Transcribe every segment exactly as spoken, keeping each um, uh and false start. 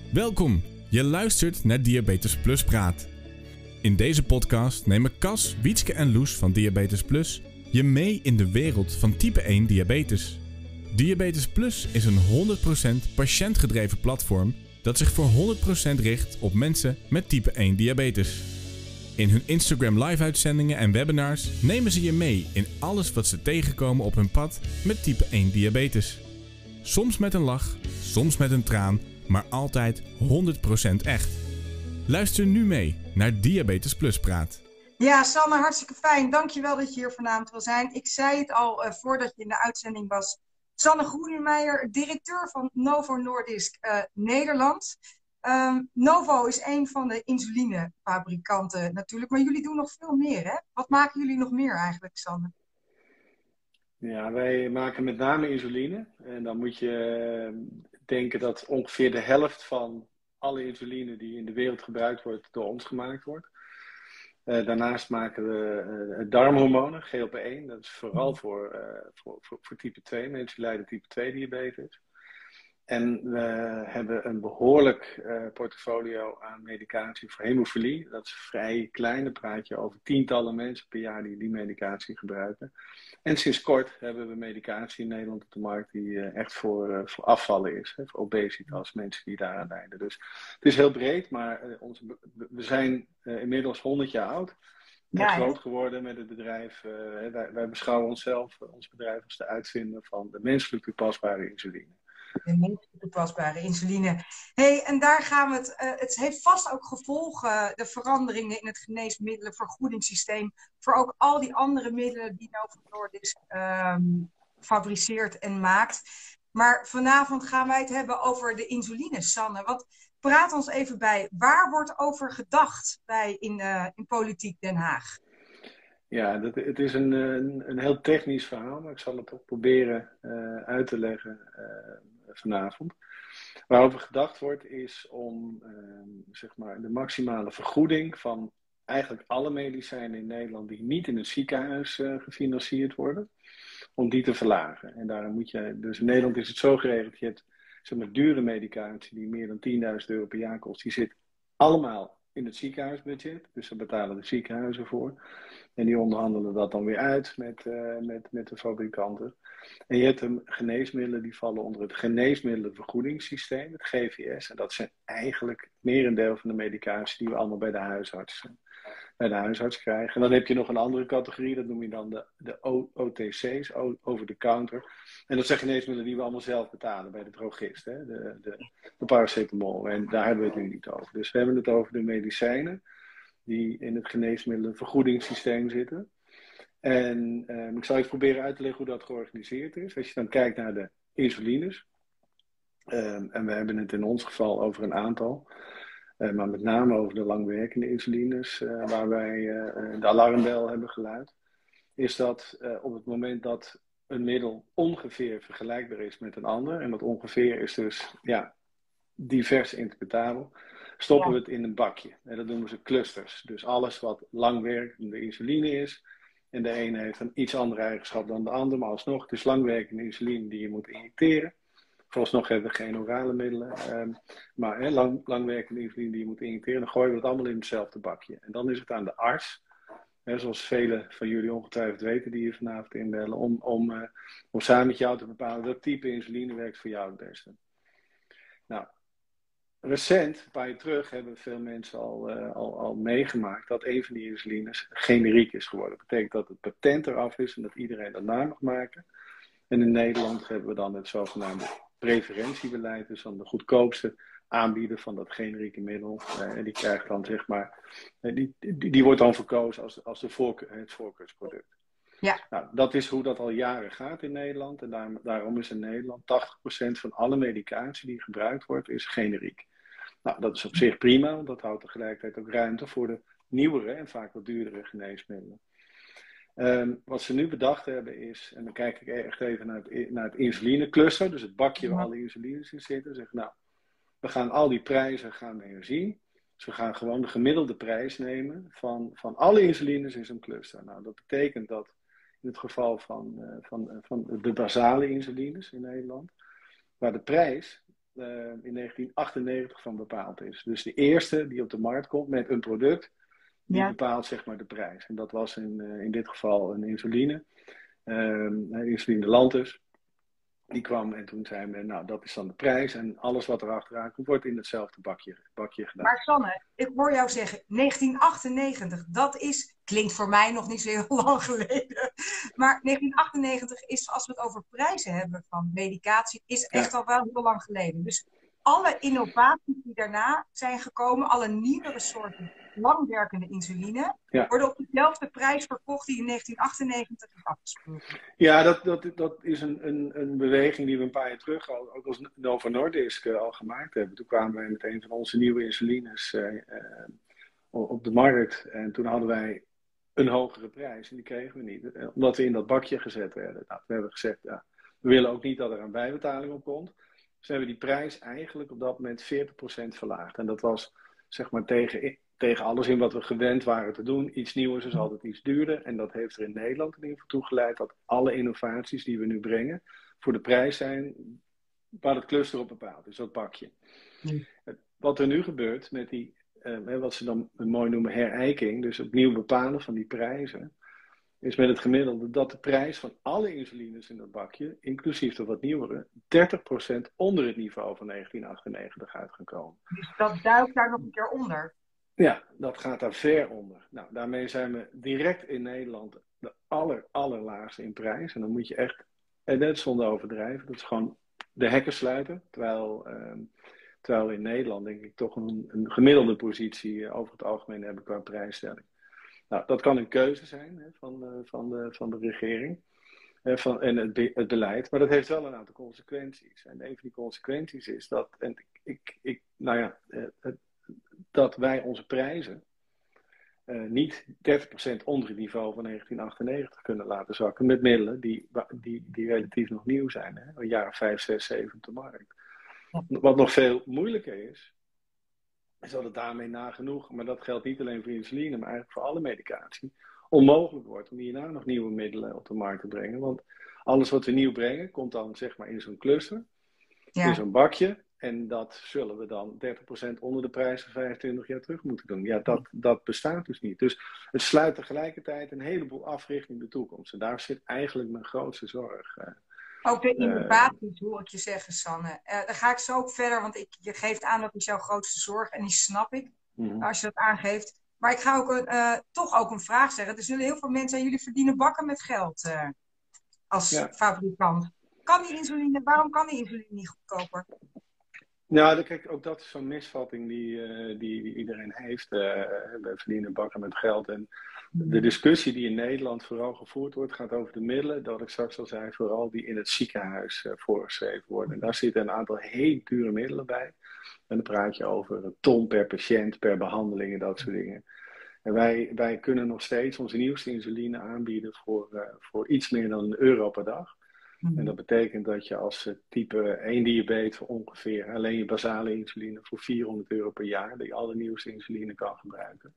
Welkom, je luistert naar Diabetes Plus Praat. In deze podcast nemen Cas, Wietske en Loes van Diabetes Plus je mee in de wereld van type één diabetes. Diabetes Plus is een honderd procent patiëntgedreven platform dat zich voor honderd procent richt op mensen met type één diabetes. In hun Instagram live uitzendingen en webinars nemen ze je mee in alles wat ze tegenkomen op hun pad met type één diabetes. Soms met een lach, soms met een traan, maar altijd honderd procent echt. Luister nu mee naar Diabetes Plus Praat. Ja, Sanne, hartstikke fijn. Dankjewel dat je hier vanavond wil zijn. Ik zei het al uh, voordat je in de uitzending was. Sanne Groenemeijer, directeur van Novo Nordisk uh, Nederland. Um, Novo is een van de insulinefabrikanten natuurlijk, maar jullie doen nog veel meer, hè? Wat maken jullie nog meer eigenlijk, Sanne? Ja, wij maken met name insuline. En dan moet je denken dat ongeveer de helft van alle insuline die in de wereld gebruikt wordt, door ons gemaakt wordt. Uh, daarnaast maken we uh, darmhormonen, G L P één. Dat is vooral voor, uh, voor, voor, voor type twee, mensen die lijden type twee diabetes. En we hebben een behoorlijk uh, portfolio aan medicatie voor hemofilie. Dat is vrij klein, dan praat je over tientallen mensen per jaar die die medicatie gebruiken. En sinds kort hebben we medicatie in Nederland op de markt die uh, echt voor, uh, voor afvallen is. Hè, voor obesitas, mensen die daaraan lijden. Dus het is heel breed, maar uh, onze, we zijn uh, inmiddels honderd jaar oud. Ja, en groot geworden met het bedrijf. Uh, wij, wij beschouwen onszelf, uh, ons bedrijf, als de uitvinder van de menselijk toepasbare insuline. De menselijk toepasbare insuline. Hey, en daar gaan we het. Uh, het heeft vast ook gevolgen, de veranderingen in het geneesmiddelenvergoedingssysteem, voor ook al die andere middelen die Novo Nordisk um, fabriceert en maakt. Maar vanavond gaan wij het hebben over de insuline, Sanne. Want praat ons even bij. Waar wordt over gedacht bij in, uh, in politiek Den Haag? Ja, dat, het is een, een, een heel technisch verhaal, maar ik zal het toch proberen uh, uit te leggen uh, vanavond. Waarover gedacht wordt is om uh, zeg maar de maximale vergoeding van eigenlijk alle medicijnen in Nederland die niet in het ziekenhuis uh, gefinancierd worden, om die te verlagen. En daarom moet je, dus in Nederland is het zo geregeld, je hebt zeg maar dure medicatie die meer dan tienduizend euro per jaar kost, die zit allemaal in het ziekenhuisbudget, dus daar betalen de ziekenhuizen voor. En die onderhandelen dat dan weer uit met, uh, met, met de fabrikanten. En je hebt de geneesmiddelen die vallen onder het geneesmiddelenvergoedingssysteem, het G V S. En dat zijn eigenlijk het merendeel van de medicatie die we allemaal bij de huisarts, bij de huisarts krijgen. En dan heb je nog een andere categorie, dat noem je dan de, de O T C's, over the counter. En dat zijn geneesmiddelen die we allemaal zelf betalen bij de drogist, hè? De, de, de paracetamol. En daar hebben we het nu niet over. Dus we hebben het over de medicijnen die in het geneesmiddelenvergoedingssysteem zitten. En eh, ik zal even proberen uit te leggen hoe dat georganiseerd is. Als je dan kijkt naar de insulines, eh, en we hebben het in ons geval over een aantal, uh, maar met name over de langwerkende insulines, uh, waar wij uh, de alarmbel hebben geluid, is dat uh, op het moment dat een middel ongeveer vergelijkbaar is met een ander, en dat ongeveer is dus ja, divers interpretabel, stoppen we het in een bakje. En dat noemen ze clusters. Dus alles wat langwerkende insuline is. En de ene heeft een iets andere eigenschap dan de ander. Maar alsnog, het is langwerkende insuline die je moet injecteren. Vooralsnog hebben we geen orale middelen. Um, maar hè, lang, langwerkende insuline die je moet injecteren. Dan gooien we het allemaal in hetzelfde bakje. En dan is het aan de arts, hè, zoals velen van jullie ongetwijfeld weten die je vanavond inbellen, om, om, uh, om samen met jou te bepalen welk type insuline werkt voor jou het beste. Nou, recent, een paar jaar terug, hebben veel mensen al, uh, al, al meegemaakt dat een van die insulines generiek is geworden. Dat betekent dat het patent eraf is en dat iedereen dat na mag maken. En in Nederland hebben we dan het zogenaamde preferentiebeleid, dus dan de goedkoopste aanbieder van dat generieke middel. Uh, en die krijgt dan zeg maar, uh, die, die, die wordt dan verkozen als, als de voorkeur, het voorkeursproduct. Ja. Nou, dat is hoe dat al jaren gaat in Nederland. En daar, daarom is in Nederland tachtig procent van alle medicatie die gebruikt wordt, is generiek. Nou, dat is op zich prima, want dat houdt tegelijkertijd ook ruimte voor de nieuwere en vaak wat duurdere geneesmiddelen. Um, wat ze nu bedacht hebben is, en dan kijk ik echt even naar het, naar het insulinecluster, dus het bakje waar alle insulines in zitten. Zeggen, nou, we gaan al die prijzen gaan we herzien. Dus we gaan gewoon de gemiddelde prijs nemen van, van alle insulines in zo'n cluster. Nou, dat betekent dat in het geval van, uh, van, uh, van de basale insulines in Nederland, waar de prijs uh, in negentien achtennegentig van bepaald is. Dus de eerste die op de markt komt met een product, die ja. bepaalt zeg maar de prijs. En dat was in, uh, in dit geval een insuline, uh, insuline Lantus. Die kwam en toen zei men, nou dat is dan de prijs en alles wat er achteraan komt wordt in hetzelfde bakje, bakje gedaan. Maar Sanne, ik hoor jou zeggen negentien achtennegentig, dat is, klinkt voor mij nog niet zo heel lang geleden. Maar negentien achtennegentig is, als we het over prijzen hebben van medicatie, is echt ja. al wel heel lang geleden. Dus alle innovaties die daarna zijn gekomen, alle nieuwere soorten langwerkende insuline, ja. worden op dezelfde prijs verkocht die in negentien achtennegentig is afgesproken. Ja, dat, dat, dat is een, een, een beweging die we een paar jaar terug al, ook als Novo Nordisk uh, al gemaakt hebben. Toen kwamen wij met een van onze nieuwe insulines uh, uh, op de markt en toen hadden wij een hogere prijs en die kregen we niet, uh, omdat we in dat bakje gezet werden. Nou, we hebben gezegd, ja, we willen ook niet dat er een bijbetaling op komt. Dus hebben we die prijs eigenlijk op dat moment veertig procent verlaagd. En dat was zeg maar tegen, tegen alles in wat we gewend waren te doen. Iets nieuws is altijd iets duurder. En dat heeft er in Nederland in ieder geval toe geleid dat alle innovaties die we nu brengen voor de prijs zijn waar het cluster op bepaalt. Dus dat bakje. Hmm. Wat er nu gebeurt met die, uh, wat ze dan mooi noemen herijking. Dus opnieuw bepalen van die prijzen. Is met het gemiddelde dat de prijs van alle insulines in dat bakje, inclusief de wat nieuwere, dertig procent onder het niveau van negentien achtennegentig uit gaan komen. Dus dat duikt daar nog een keer onder? Ja, dat gaat daar ver onder. Nou, daarmee zijn we direct in Nederland de aller, allerlaagste in prijs. En dan moet je echt, en net zonder overdrijven, dat is gewoon de hekken sluiten. Terwijl, uh, terwijl we in Nederland denk ik toch een, een gemiddelde positie uh, over het algemeen hebben qua prijsstelling. Nou, dat kan een keuze zijn hè, van, uh, van, de, van de regering uh, van, en het, be, het beleid, maar dat heeft wel een aantal consequenties. En een van die consequenties is dat, en ik, ik, ik, nou ja, uh, het, dat wij onze prijzen uh, niet dertig procent onder het niveau van negentien achtennegentig kunnen laten zakken met middelen die, die, die relatief nog nieuw zijn. Hè, een jaar of vijf, zes, zeven op de markt. Wat nog veel moeilijker is, is dat het daarmee nagenoeg, maar dat geldt niet alleen voor insuline, maar eigenlijk voor alle medicatie, onmogelijk wordt om hierna nog nieuwe middelen op de markt te brengen. Want alles wat we nieuw brengen, komt dan zeg maar in zo'n cluster, ja. in zo'n bakje. En dat zullen we dan dertig procent onder de prijs van vijfentwintig jaar terug moeten doen. Ja, dat, dat bestaat dus niet. Dus het sluit tegelijkertijd een heleboel af richting de toekomst. En daar zit eigenlijk mijn grootste zorg. Ook de innovaties, uh, hoor ik je zeggen, Sanne. Uh, daar ga ik zo op verder, want ik, je geeft aan dat is jouw grootste zorg. En die snap ik, mm-hmm. als je dat aangeeft. Maar ik ga ook een, uh, toch ook een vraag zeggen. Er zullen heel veel mensen, en jullie verdienen bakken met geld uh, als ja. fabrikant. Kan die insuline, waarom kan die insuline niet goedkoper? Nou, kijk, ook dat is zo'n misvatting die, uh, die, die iedereen heeft. Uh, we verdienen bakken met geld. En de discussie die in Nederland vooral gevoerd wordt, gaat over de middelen, dat ik straks al zei, vooral die in het ziekenhuis uh, voorgeschreven worden. En daar zitten een aantal heel dure middelen bij. En dan praat je over een ton per patiënt, per behandeling en dat soort dingen. En wij, wij kunnen nog steeds onze nieuwste insuline aanbieden voor, uh, voor iets meer dan een euro per dag. En dat betekent dat je als type één diabetes voor ongeveer alleen je basale insuline voor vierhonderd euro per jaar, die alle nieuwste insuline kan gebruiken.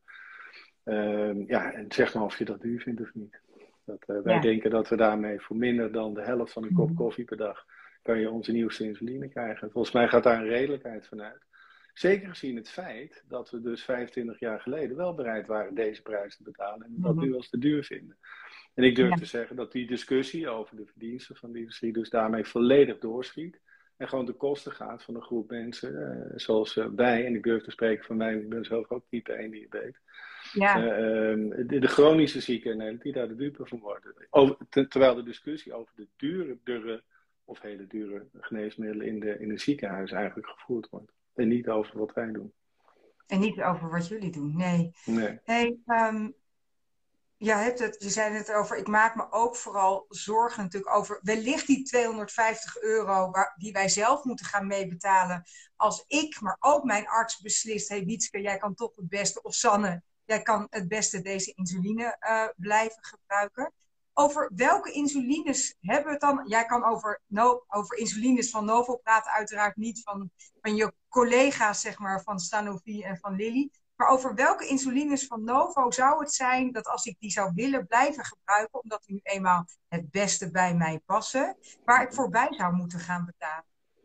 Uh, ja, en zeg maar of je dat duur vindt of niet. Dat, uh, wij ja. denken dat we daarmee voor minder dan de helft van een kop koffie per dag kan je onze nieuwste insuline krijgen. Volgens mij gaat daar een redelijkheid vanuit. Zeker gezien het feit dat we dus vijfentwintig jaar geleden wel bereid waren deze prijs te betalen en dat nu als te duur vinden. En ik durf ja. te zeggen dat die discussie over de verdiensten van de industrie dus daarmee volledig doorschiet. En gewoon de kosten gaat van een groep mensen, uh, zoals uh, wij, en ik durf te spreken van mij, ik ben zelf ook type één diabetes. Ja. Uh, um, de, de chronische zieken in Nederland die daar de dupe van worden. Over, te, terwijl de discussie over de dure, dure of hele dure geneesmiddelen in de, in de ziekenhuis eigenlijk gevoerd wordt. En niet over wat wij doen. En niet over wat jullie doen, nee. nee. Hey, um... Ja, hebt het, je zei het over, ik maak me ook vooral zorgen natuurlijk over wellicht die tweehonderdvijftig euro waar, die wij zelf moeten gaan meebetalen. Als ik, maar ook mijn arts beslist, hé hey, Wietske, jij kan toch het beste, of Sanne, jij kan het beste deze insuline uh, blijven gebruiken. Over welke insulines hebben we het dan? Jij kan over, no, over insulines van Novo praten, uiteraard niet van, van je collega's, zeg maar, van Sanofi en van Lilly. Maar over welke insulines van Novo zou het zijn dat als ik die zou willen blijven gebruiken, omdat die nu eenmaal het beste bij mij passen, waar ik voorbij zou moeten gaan betalen?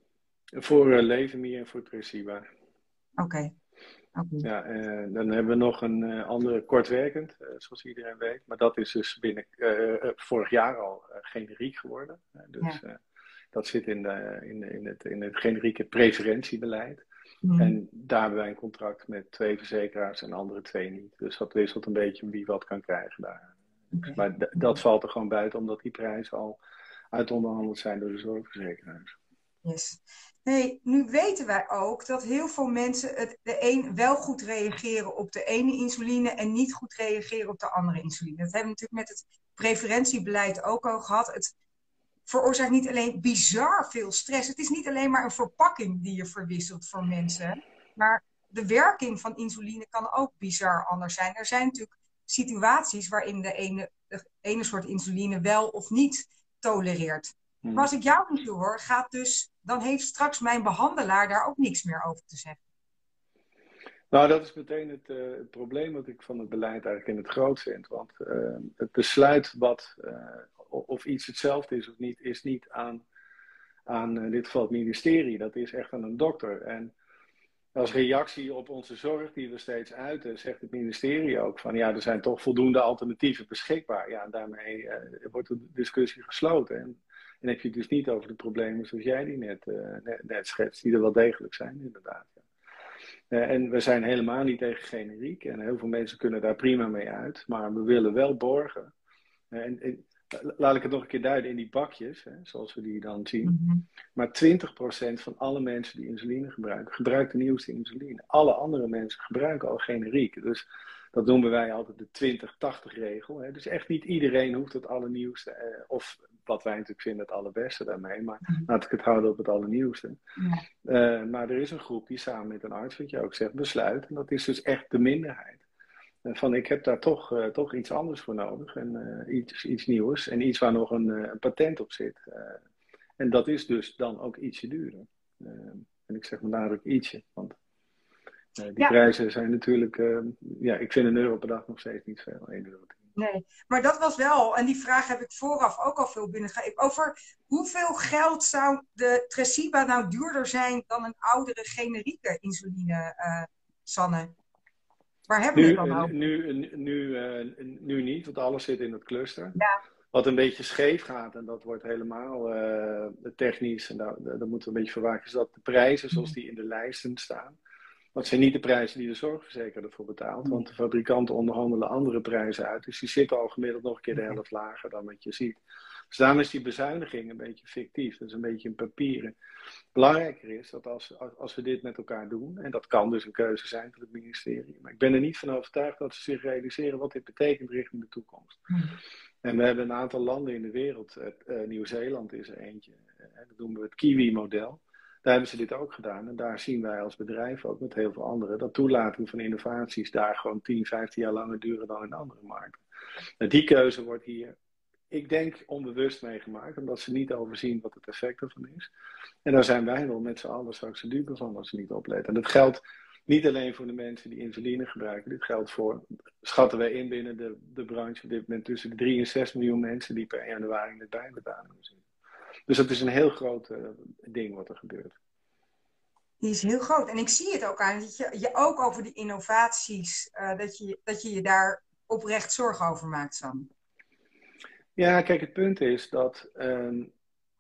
Voor uh, Levemir en voor Tresiba. Oké. Okay. Okay. Ja, uh, dan hebben we nog een uh, andere kortwerkend, uh, zoals iedereen weet. Maar dat is dus binnen uh, uh, vorig jaar al uh, generiek geworden. Uh, dus ja. uh, dat zit in, de, in, in, het, in het generieke preferentiebeleid. Mm. En daar hebben wij een contract met twee verzekeraars en andere twee niet. Dus dat wisselt een beetje wie wat kan krijgen daar. Okay. Maar d- dat valt er gewoon buiten, omdat die prijzen al uitonderhandeld zijn door de zorgverzekeraars. Yes. Hey, nu weten wij ook dat heel veel mensen het, de een wel goed reageren op de ene insuline en niet goed reageren op de andere insuline. Dat hebben we natuurlijk met het preferentiebeleid ook al gehad. Het veroorzaakt niet alleen bizar veel stress. Het is niet alleen maar een verpakking die je verwisselt voor mensen. Maar de werking van insuline kan ook bizar anders zijn. Er zijn natuurlijk situaties waarin de ene, de ene soort insuline wel of niet tolereert. Hmm. Maar als ik jou niet zo hoor, gaat dus, dan heeft straks mijn behandelaar daar ook niks meer over te zeggen. Nou, dat is meteen het, uh, het probleem wat ik van het beleid eigenlijk in het groot vind. Want uh, het besluit wat, uh, of iets hetzelfde is of niet, is niet aan, aan in dit geval het ministerie. Dat is echt aan een dokter. En als reactie op onze zorg die we steeds uiten, zegt het ministerie ook van ja, er zijn toch voldoende alternatieven beschikbaar. Ja, en daarmee uh, wordt de discussie gesloten. En, en heb je het dus niet over de problemen zoals jij die net, uh, net, net schetst, die er wel degelijk zijn inderdaad. Ja. Uh, en we zijn helemaal niet tegen generiek en heel veel mensen kunnen daar prima mee uit. Maar we willen wel borgen. Uh, en, en, laat ik het nog een keer duiden in die bakjes, hè, zoals we die dan zien. Mm-hmm. Maar twintig procent van alle mensen die insuline gebruiken, gebruikt de nieuwste insuline. Alle andere mensen gebruiken al generiek. Dus dat noemen wij altijd de twintig tachtig regel. Hè. Dus echt niet iedereen hoeft het allernieuwste. Eh, of wat wij natuurlijk vinden het allerbeste daarmee. Maar mm-hmm. laat ik het houden op het allernieuwste. Ja. Uh, maar er is een groep die samen met een arts, wat je ook zegt, besluit. En dat is dus echt de minderheid. Van ik heb daar toch, uh, toch iets anders voor nodig. En uh, iets, iets nieuws. En iets waar nog een, uh, een patent op zit. Uh, en dat is dus dan ook ietsje duurder. Uh, en ik zeg maar nadruk ietsje. Want uh, die ja. prijzen zijn natuurlijk... Uh, ja, ik vind een euro per dag nog steeds niet veel. één euro. Nee, maar dat was wel... En die vraag heb ik vooraf ook al veel binnengegeven. Over hoeveel geld zou de Tresiba nou duurder zijn dan een oudere generieke insuline, uh, Sanne? Waar hebben we nu, het dan over? Nu, nu, nu, uh, nu niet, want alles zit in het cluster. Ja. Wat een beetje scheef gaat, en dat wordt helemaal uh, technisch, en daar, daar moeten we een beetje voor waken, is dat de prijzen zoals die in de lijsten staan, dat zijn niet de prijzen die de zorgverzekeraar ervoor betaalt, want de fabrikanten onderhandelen andere prijzen uit, dus die zitten al gemiddeld nog een keer de helft lager dan wat je ziet. Dus daarom is die bezuiniging een beetje fictief, dat is een beetje een papieren. Belangrijker is dat als, als we dit met elkaar doen, en dat kan dus een keuze zijn voor het ministerie, maar ik ben er niet van overtuigd dat ze zich realiseren wat dit betekent richting de toekomst. Hmm. En we hebben een aantal landen in de wereld, uh, Nieuw-Zeeland is er eentje, uh, dat noemen we het Kiwi-model. Daar hebben ze dit ook gedaan en daar zien wij als bedrijf ook met heel veel anderen dat toelating van innovaties daar gewoon tien, vijftien jaar langer duren dan in andere markten. Nou, die keuze wordt hier, ik denk, onbewust meegemaakt, omdat ze niet overzien wat het effect ervan is. En daar zijn wij wel met z'n allen straks de dupe van als ze niet opletten. En dat geldt niet alleen voor de mensen die insuline gebruiken. Dit geldt voor, schatten wij in binnen de, de branche, op dit moment tussen de drie en zes miljoen mensen die per januari in de bijbetalingen zitten. Dus dat is een heel groot uh, ding wat er gebeurt. Die is heel groot. En ik zie het ook aan dat je, je ook over die innovaties, uh, dat, je, dat je je daar oprecht zorgen over maakt, Sam. Ja, kijk, het punt is dat... Um,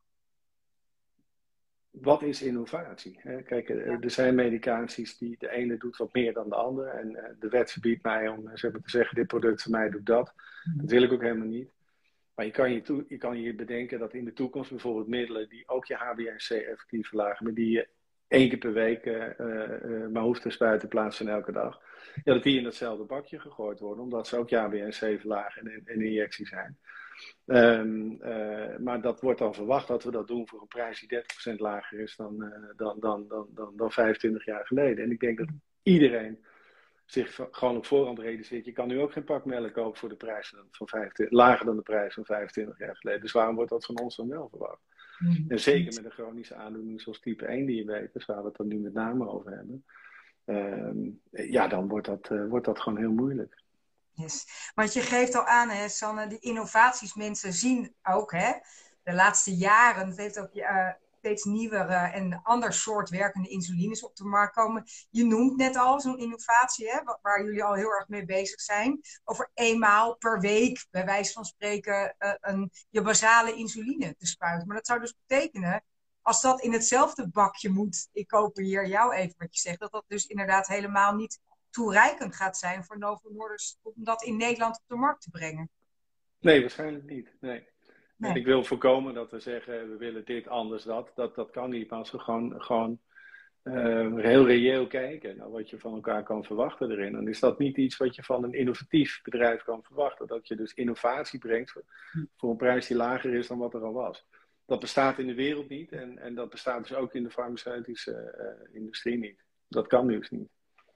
wat is innovatie? Hè? Kijk, er zijn medicaties die de ene doet wat meer dan de andere. En uh, de wet verbiedt mij om zeg maar, te zeggen, dit product voor mij doet dat. Dat wil ik ook helemaal niet. Maar je kan je, toe, je kan je bedenken dat in de toekomst bijvoorbeeld middelen die ook je H b A C effectief verlagen, maar die je één keer per week uh, uh, maar hoeft te spuiten in plaats van elke dag. Ja, dat die in datzelfde bakje gegooid worden, omdat ze ook je H b A C verlagen en een injectie zijn. Um, uh, maar dat wordt dan verwacht dat we dat doen voor een prijs die dertig procent lager is dan, uh, dan, dan, dan, dan, dan vijfentwintig jaar geleden. En ik denk dat iedereen zich gewoon op voorhand realiseert. Je kan nu ook geen pak melk kopen voor de prijs van vijfentwintig, lager dan de prijs van vijfentwintig jaar geleden. Dus waarom wordt dat van ons dan wel verwacht? Mm. En zeker met een chronische aandoening zoals type één diabetes, waar we het dan nu met name over hebben. Um, ja, dan wordt dat, uh, wordt dat gewoon heel moeilijk. Yes. Want je geeft al aan, hè, Sanne, die innovaties, mensen zien ook, hè, de laatste jaren, dat heeft ook uh, P steeds nieuwere en ander soort werkende insulines op de markt komen. Je noemt net al zo'n innovatie, hè, waar jullie al heel erg mee bezig zijn. Over eenmaal per week, bij wijze van spreken, uh, een, je basale insuline te spuiten. Maar dat zou dus betekenen, als dat in hetzelfde bakje moet, ik kopieer jou even wat je zegt, dat dat dus inderdaad helemaal niet toereikend gaat zijn voor Novo Nordisk om dat in Nederland op de markt te brengen. Nee, waarschijnlijk niet. Nee. Nee. En ik wil voorkomen dat we zeggen, we willen dit, anders dat. Dat, dat kan niet, maar als we gewoon, gewoon uh, heel reëel kijken naar wat je van elkaar kan verwachten erin, dan is dat niet iets wat je van een innovatief bedrijf kan verwachten. Dat je dus innovatie brengt voor, voor een prijs die lager is dan wat er al was. Dat bestaat in de wereld niet en, en dat bestaat dus ook in de farmaceutische uh, industrie niet. Dat kan dus niet.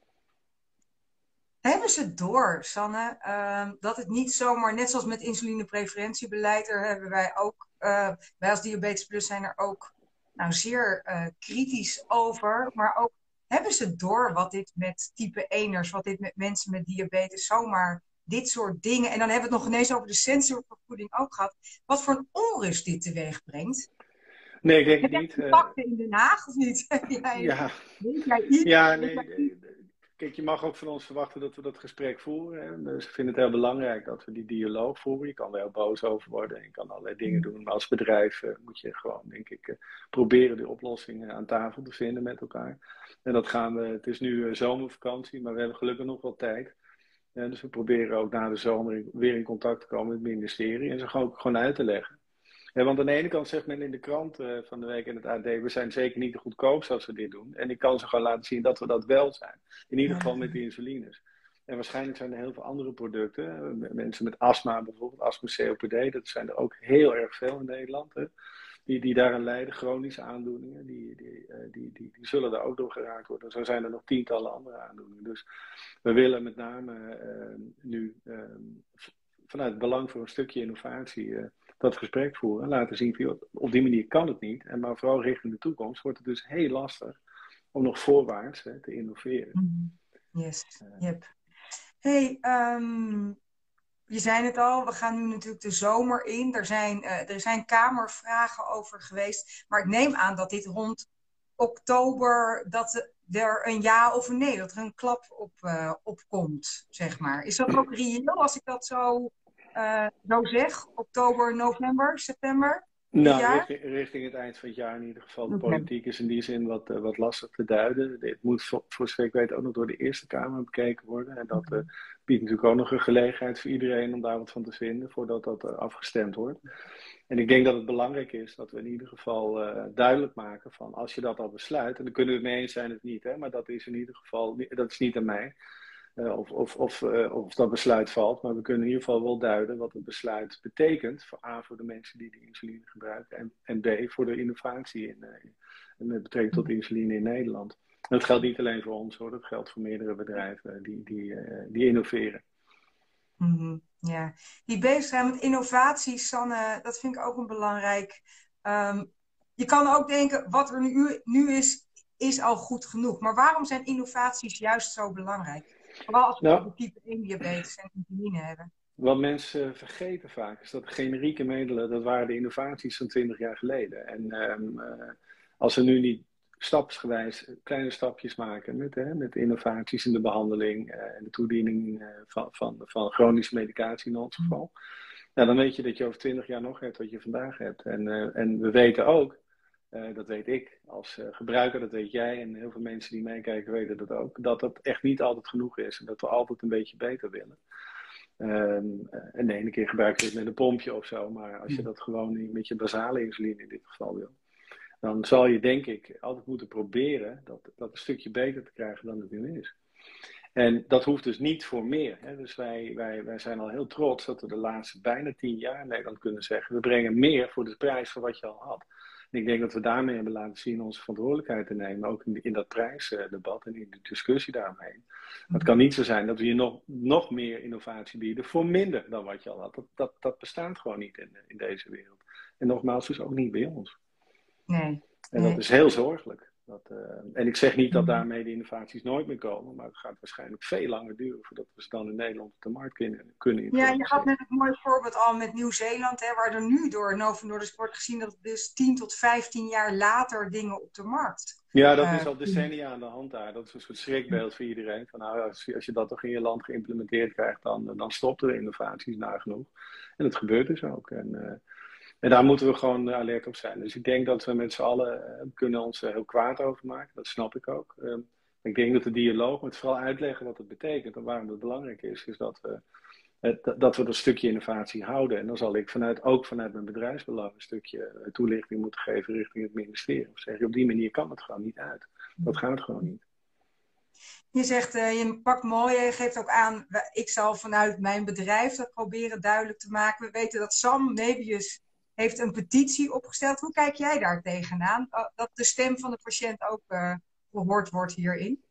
Hebben ze door, Sanne, uh, dat het niet zomaar, net zoals met insulinepreferentiebeleid, daar hebben wij ook, uh, wij als Diabetes Plus zijn er ook nou, zeer uh, kritisch over, maar ook hebben ze door wat dit met type eeners, wat dit met mensen met diabetes, zomaar dit soort dingen, en dan hebben we het nog ineens over de sensorvergoeding ook gehad, wat voor een onrust dit teweeg brengt. Nee, ik denk Heb niet. Heb je contacten uh, in Den Haag of niet? jij, ja, jij iets, ja nee. Kijk, je mag ook van ons verwachten dat we dat gesprek voeren. Hè? Dus ik vind het heel belangrijk dat we die dialoog voeren. Je kan er heel boos over worden, je kan allerlei dingen doen. Maar als bedrijf uh, moet je gewoon, denk ik, uh, proberen die oplossingen aan tafel te vinden met elkaar. En dat gaan we, het is nu uh, zomervakantie, maar we hebben gelukkig nog wel tijd. Uh, dus we proberen ook na de zomer weer in contact te komen met het ministerie en ze gewoon, ook gewoon uit te leggen. Ja, want aan de ene kant zegt men in de krant uh, van de week in het A D, we zijn zeker niet de goedkoopste als we dit doen. En ik kan ze gewoon laten zien dat we dat wel zijn. In ieder geval met de insulines. En waarschijnlijk zijn er heel veel andere producten. Uh, mensen met astma bijvoorbeeld, astma C O P D, dat zijn er ook heel erg veel in Nederland. Hè, die, die daaraan lijden, chronische aandoeningen, die, die, uh, die, die, die zullen daar ook door geraakt worden. Zo zijn er nog tientallen andere aandoeningen. Dus we willen met name uh, nu uh, vanuit het belang voor een stukje innovatie Uh, dat gesprek voeren en laten zien van, op die manier kan het niet. En maar vooral richting de toekomst wordt het dus heel lastig om nog voorwaarts hè, te innoveren. Yes, yep. Hey, um, je zei het al, we gaan nu natuurlijk de zomer in. Er zijn, uh, er zijn kamervragen over geweest. Maar ik neem aan dat dit rond oktober, dat er een ja of een nee, dat er een klap op, uh, op komt, zeg maar. Is dat ook reëel als ik dat zo... Uh, zo zeg, oktober, november, september? Nou, richting, richting het eind van het jaar in ieder geval. De politiek is in die zin wat, uh, wat lastig te duiden. Dit moet voor, voor zover ik weet ook nog door de Eerste Kamer bekeken worden. En dat uh, biedt natuurlijk ook nog een gelegenheid voor iedereen om daar wat van te vinden voordat dat uh, afgestemd wordt. En ik denk dat het belangrijk is dat we in ieder geval uh, duidelijk maken van als je dat al besluit, en dan kunnen we het mee eens zijn het niet, hè, maar dat is in ieder geval, dat is niet aan mij. Uh, of, of, of, uh, of dat besluit valt, maar we kunnen in ieder geval wel duiden wat het besluit betekent voor A, voor de mensen die de insuline gebruiken en, en B, voor de innovatie in, uh, met betrekking tot insuline in Nederland. En dat geldt niet alleen voor ons hoor, dat geldt voor meerdere bedrijven die, die, uh, die innoveren. Mm-hmm, ja, die bezig zijn met innovatie, Sanne, dat vind ik ook een belangrijk. Um, je kan ook denken, wat er nu, nu is, is al goed genoeg. Maar waarom zijn innovaties juist zo belangrijk? Vooral als we nou, over type één diabetes en insuline hebben. Wat mensen vergeten vaak is dat de generieke middelen, dat waren de innovaties van twintig jaar geleden. En um, uh, als we nu niet stapsgewijs kleine stapjes maken met, hè, met innovaties in de behandeling uh, en de toediening uh, van, van, van chronische medicatie in ons geval, mm. nou, dan weet je dat je over twintig jaar nog hebt wat je vandaag hebt. En, uh, en we weten ook, Uh, dat weet ik als uh, gebruiker, dat weet jij en heel veel mensen die meekijken weten dat ook, dat dat echt niet altijd genoeg is en dat we altijd een beetje beter willen. Um, uh, en de ene keer gebruik je het met een pompje of zo, maar als je dat gewoon met je basale insuline in dit geval wil, dan zal je denk ik altijd moeten proberen dat, dat een stukje beter te krijgen dan het nu is. En dat hoeft dus niet voor meer. Hè? Dus wij, wij, wij zijn al heel trots dat we de laatste bijna tien jaar in Nederland kunnen zeggen, we brengen meer voor de prijs van wat je al had. En ik denk dat we daarmee hebben laten zien onze verantwoordelijkheid te nemen, ook in, in dat prijsdebat en in de discussie daaromheen. Mm-hmm. Het kan niet zo zijn dat we je nog, nog meer innovatie bieden voor minder dan wat je al had. Dat, dat, dat bestaat gewoon niet in, in deze wereld. En nogmaals, dus ook niet bij ons. Nee. En nee. dat is heel zorgelijk. Dat, uh, en ik zeg niet dat daarmee de innovaties nooit meer komen, maar het gaat waarschijnlijk veel langer duren voordat we ze dan in Nederland op de markt kunnen, kunnen introduceren. Ja, je had net een mooi voorbeeld al met Nieuw-Zeeland, hè, waar er nu door Novo Nordisk wordt gezien dat dus tien tot vijftien jaar later dingen op de markt. Ja, dat uh, is al decennia aan de hand daar. Dat is een soort schrikbeeld voor iedereen. Van, nou, als, als je dat toch in je land geïmplementeerd krijgt, dan, dan stopt er innovaties nagenoeg. En dat gebeurt dus ook. En, uh, En daar moeten we gewoon alert op zijn. Dus ik denk dat we met z'n allen uh, kunnen ons er heel kwaad over maken. Dat snap ik ook. Um, ik denk dat de dialoog moet vooral uitleggen wat het betekent en waarom het belangrijk is. Is dat we, uh, dat we dat stukje innovatie houden. En dan zal ik vanuit, ook vanuit mijn bedrijfsbelang een stukje uh, toelichting moeten geven richting het ministerie. Of zeg je, op die manier kan het gewoon niet uit. Dat gaat gewoon niet. Je zegt, uh, je pakt mooi, je geeft ook aan, ik zal vanuit mijn bedrijf dat proberen duidelijk te maken. We weten dat Sam Nebius heeft een petitie opgesteld. Hoe kijk jij daar tegenaan? Dat de stem van de patiënt ook uh, gehoord wordt hierin?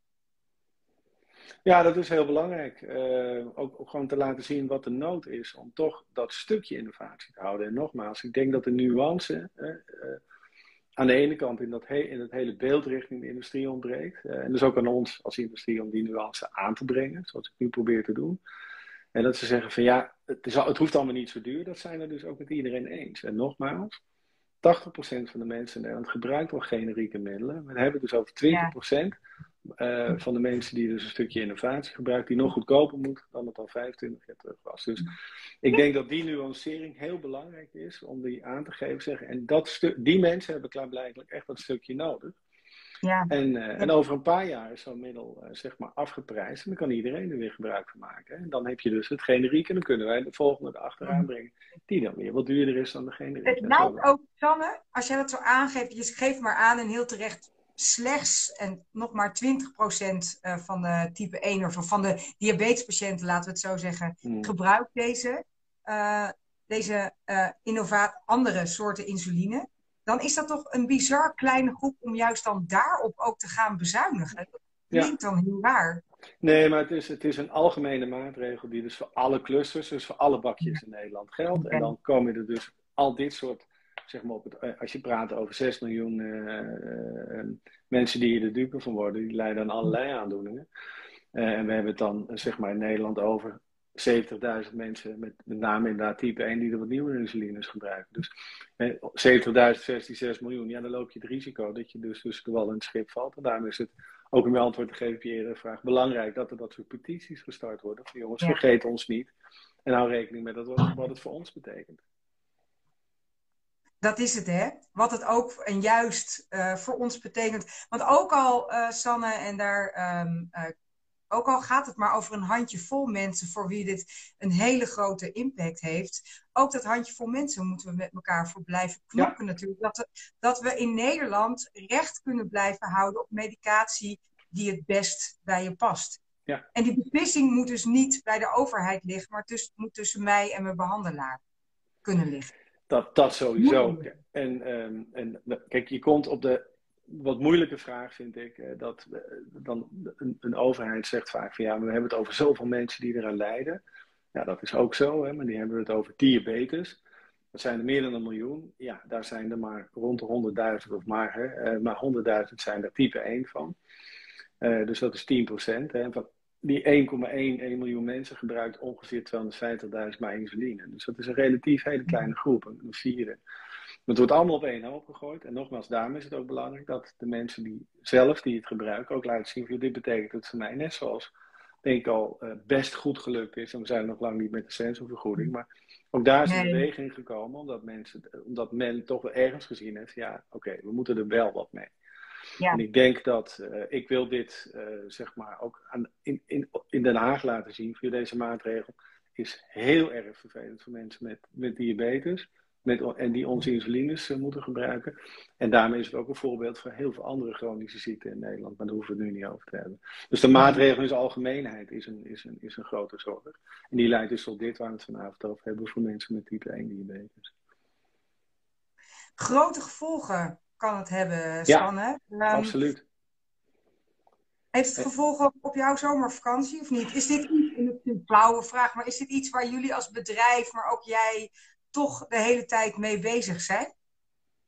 Ja, dat is heel belangrijk. Uh, ook, ook gewoon te laten zien wat de nood is om toch dat stukje innovatie te houden. En nogmaals, ik denk dat de nuance uh, uh, aan de ene kant in, dat he in het hele beeld richting de industrie ontbreekt. Uh, en dus ook aan ons als industrie om die nuance aan te brengen, zoals ik nu probeer te doen. En dat ze zeggen van ja, het, is al, het hoeft allemaal niet zo duur. Dat zijn we dus ook met iedereen eens. En nogmaals, tachtig procent van de mensen in Nederland gebruikt al generieke middelen. We hebben dus over twintig procent ja. uh, van de mensen die dus een stukje innovatie gebruiken, die nog goedkoper moet dan het al vijfentwintig jaar terug was. Dus ik denk dat die nuancering heel belangrijk is om die aan te geven. Zeggen. En dat die mensen hebben klaarblijkelijk echt dat stukje nodig. Ja. En, uh, en over een paar jaar is zo'n middel uh, zeg maar afgeprijsd. En dan kan iedereen er weer gebruik van maken. En dan heb je dus het generiek. En dan kunnen wij de volgende erachteraan brengen. Die dan weer wat duurder is dan de generiek. Het lijkt ook, Sanne, als jij dat zo aangeeft. Je geeft maar aan en heel terecht slechts en nog maar twintig procent van de type één of van de diabetespatiënten, laten we het zo zeggen, hmm. gebruikt deze, uh, deze uh, innova- andere soorten insuline. Dan is dat toch een bizar kleine groep om juist dan daarop ook te gaan bezuinigen. Dat klinkt ja. dan heel raar. Nee, maar het is, het is een algemene maatregel die dus voor alle clusters, dus voor alle bakjes in Nederland geldt. En dan komen er dus al dit soort, zeg maar, op het, als je praat over zes miljoen uh, uh, mensen die hier de dupe van worden, die lijden aan allerlei aandoeningen. Uh, en we hebben het dan, zeg maar, in Nederland over zeventigduizend mensen, met, met name inderdaad type één, die er wat nieuwe insulines gebruiken. Dus eh, zeventigduizend versus die zes miljoen, ja, dan loop je het risico dat je dus tussen de wal en het schip valt. En daarom is het, ook om je antwoord te geven op je eerdere vraag, belangrijk dat er dat soort petities gestart worden. Van jongens, ja. vergeet ons niet. En hou rekening met dat wat, wat het voor ons betekent. Dat is het, hè? Wat het ook en juist uh, voor ons betekent. Want ook al, uh, Sanne, en daar... Um, uh, Ook al gaat het maar over een handjevol mensen voor wie dit een hele grote impact heeft. Ook dat handjevol mensen moeten we met elkaar voor blijven knokken ja. natuurlijk. Dat we, dat we in Nederland recht kunnen blijven houden op medicatie die het best bij je past. Ja. En die beslissing moet dus niet bij de overheid liggen, maar tuss- moet tussen mij en mijn behandelaar kunnen liggen. Dat, dat sowieso. Ja. En, um, en kijk, je komt op de... Wat moeilijke vraag vind ik, dat dan een, een overheid zegt vaak van ja, maar we hebben het over zoveel mensen die eraan lijden. Ja, dat is ook zo, hè, maar die hebben het over diabetes. Dat zijn er meer dan een miljoen. Ja, daar zijn er maar rond de honderdduizend of maar, hè, maar honderdduizend zijn er type één van. Uh, dus dat is tien procent. Hè. Van die één komma één miljoen mensen gebruikt ongeveer tweehonderdvijftigduizend maar insuline. Dus dat is een relatief hele kleine groep, een vierde. Het wordt allemaal op één hoop gegooid. En nogmaals, daarom is het ook belangrijk dat de mensen die zelf die het gebruiken ook laten zien van dit betekent het voor mij. Net zoals, denk ik al, uh, best goed gelukt is. En we zijn nog lang niet met de sensorvergoeding. Maar ook daar is een nee. beweging gekomen. Omdat, mensen, omdat men toch wel ergens gezien heeft. Ja, oké, okay, we moeten er wel wat mee. Ja. En ik denk dat, uh, ik wil dit uh, zeg maar ook aan, in, in, in Den Haag laten zien. Via deze maatregel is heel erg vervelend voor mensen met, met diabetes. Met, en die onze insulines uh, moeten gebruiken. En daarmee is het ook een voorbeeld van heel veel andere chronische ziekten in Nederland. Maar daar hoeven we het nu niet over te hebben. Dus de maatregel in zijn algemeenheid is een, is een, is een grote zorg. En die leidt dus tot dit waar we het vanavond over hebben voor mensen met type één diabetes. Grote gevolgen kan het hebben, Sanne. Ja, um, absoluut. Heeft het gevolgen op jouw zomervakantie of niet? Is dit iets, en het is een flauwe vraag, maar is dit iets waar jullie als bedrijf, maar ook jij toch de hele tijd mee bezig zijn?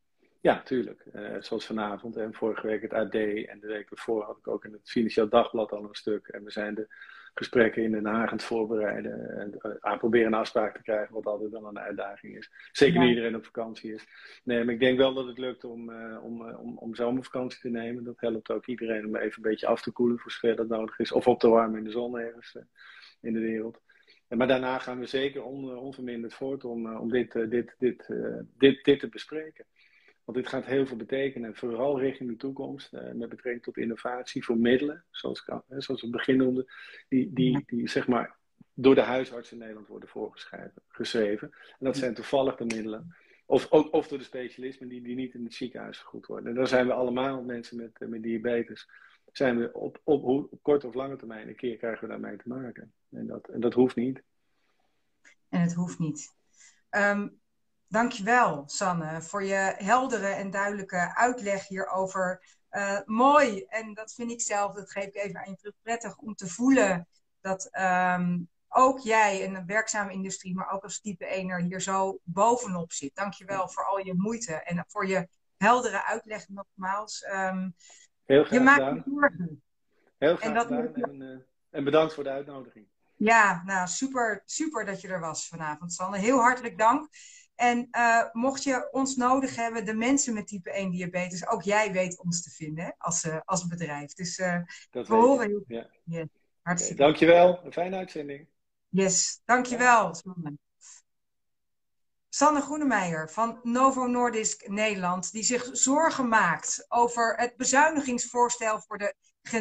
Ja, tuurlijk. Uh, zoals vanavond en vorige week het A D en de week ervoor had ik ook in het Financieel Dagblad al een stuk. En we zijn de gesprekken in Den Haag aan het voorbereiden en uh, aan proberen een afspraak te krijgen, wat altijd wel een uitdaging is. Zeker nu iedereen op vakantie is. Nee, maar ik denk wel dat het lukt om, uh, om, uh, om, om zomervakantie te nemen. Dat helpt ook iedereen om even een beetje af te koelen voor zover dat nodig is. Of op te warmen in de zon ergens uh, in de wereld. Maar daarna gaan we zeker on, onverminderd voort om, uh, om dit, uh, dit, dit, uh, dit, dit te bespreken. Want dit gaat heel veel betekenen. En vooral richting de toekomst. Uh, met betrekking tot innovatie voor middelen. Zoals, ik, uh, zoals we begin noemden. Die, die, die zeg maar door de huisarts in Nederland worden voorgeschreven. En dat zijn toevallig de middelen. Of, of, of door de specialisten die, die niet in het ziekenhuis vergoed worden. En dan zijn we allemaal mensen met, uh, met diabetes. Zijn we op, op, op korte of lange termijn een keer krijgen we daarmee te maken. En dat, en dat hoeft niet. En het hoeft niet. Um, dankjewel, Sanne, voor je heldere en duidelijke uitleg hierover. Uh, mooi, en dat vind ik zelf, dat geef ik even aan je terug, prettig om te voelen dat um, ook jij in een werkzame industrie, maar ook als type ééner hier zo bovenop zit. Dankjewel voor al je moeite en voor je heldere uitleg nogmaals. Um, Heel graag je maakt gedaan. me zorgen. Heel graag en, dat gedaan en, uh, en bedankt voor de uitnodiging. Ja, nou super, super dat je er was vanavond, Sanne. Heel hartelijk dank. En uh, mocht je ons nodig hebben, de mensen met type één diabetes, ook jij weet ons te vinden hè, als, uh, als bedrijf. Dus uh, dat we horen heel ja. yeah, hartstikke okay, dankjewel, een fijne uitzending. Yes, dankjewel, Sanne. Sanne Groenemeijer van Novo Nordisk Nederland, die zich zorgen maakt over het bezuinigingsvoorstel voor de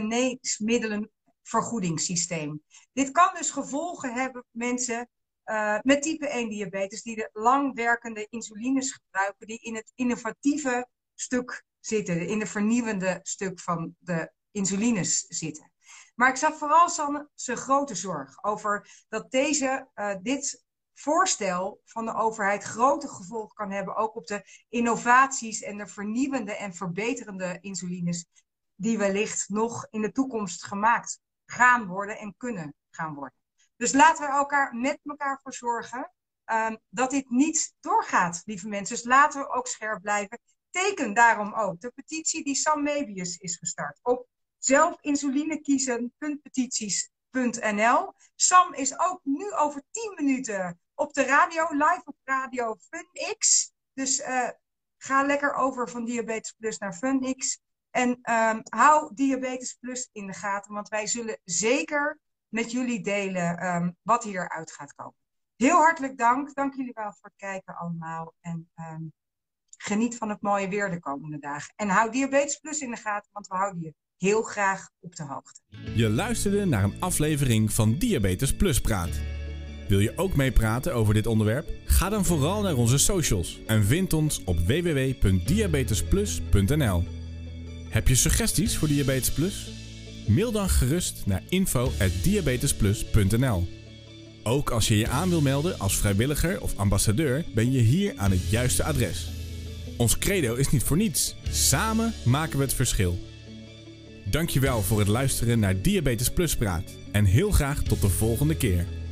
geneesmiddelenvergoedingssysteem. Dit kan dus gevolgen hebben, mensen uh, met type één diabetes, die de langwerkende insulines gebruiken, die in het innovatieve stuk zitten, in de vernieuwende stuk van de insulines zitten. Maar ik zag vooral Sanne zijn grote zorg over dat deze, uh, dit voorstel van de overheid grote gevolgen kan hebben, ook op de innovaties en de vernieuwende en verbeterende insulines die wellicht nog in de toekomst gemaakt gaan worden en kunnen gaan worden. Dus laten we elkaar met elkaar voor zorgen um, dat dit niet doorgaat, lieve mensen. Dus laten we ook scherp blijven. Teken daarom ook de petitie die Sam Mebius is gestart op zelfinsulinekiezen punt petities punt n l. Sam is ook nu over tien minuten op de radio, live op radio FunX. Dus uh, ga lekker over van Diabetes Plus naar FunX. En um, hou Diabetes Plus in de gaten, want wij zullen zeker met jullie delen um, wat hieruit gaat komen. Heel hartelijk dank. Dank jullie wel voor het kijken allemaal. En um, geniet van het mooie weer de komende dagen. En hou Diabetes Plus in de gaten, want we houden je heel graag op de hoogte. Je luisterde naar een aflevering van Diabetes Plus Praat. Wil je ook meepraten over dit onderwerp? Ga dan vooral naar onze socials en vind ons op w w w punt diabetesplus punt n l. Heb je suggesties voor Diabetes Plus? Mail dan gerust naar info at diabetesplus punt n l. Ook als je je aan wil melden als vrijwilliger of ambassadeur, ben je hier aan het juiste adres. Ons credo is niet voor niets. Samen maken we het verschil. Dankjewel voor het luisteren naar Diabetes Plus Praat en heel graag tot de volgende keer.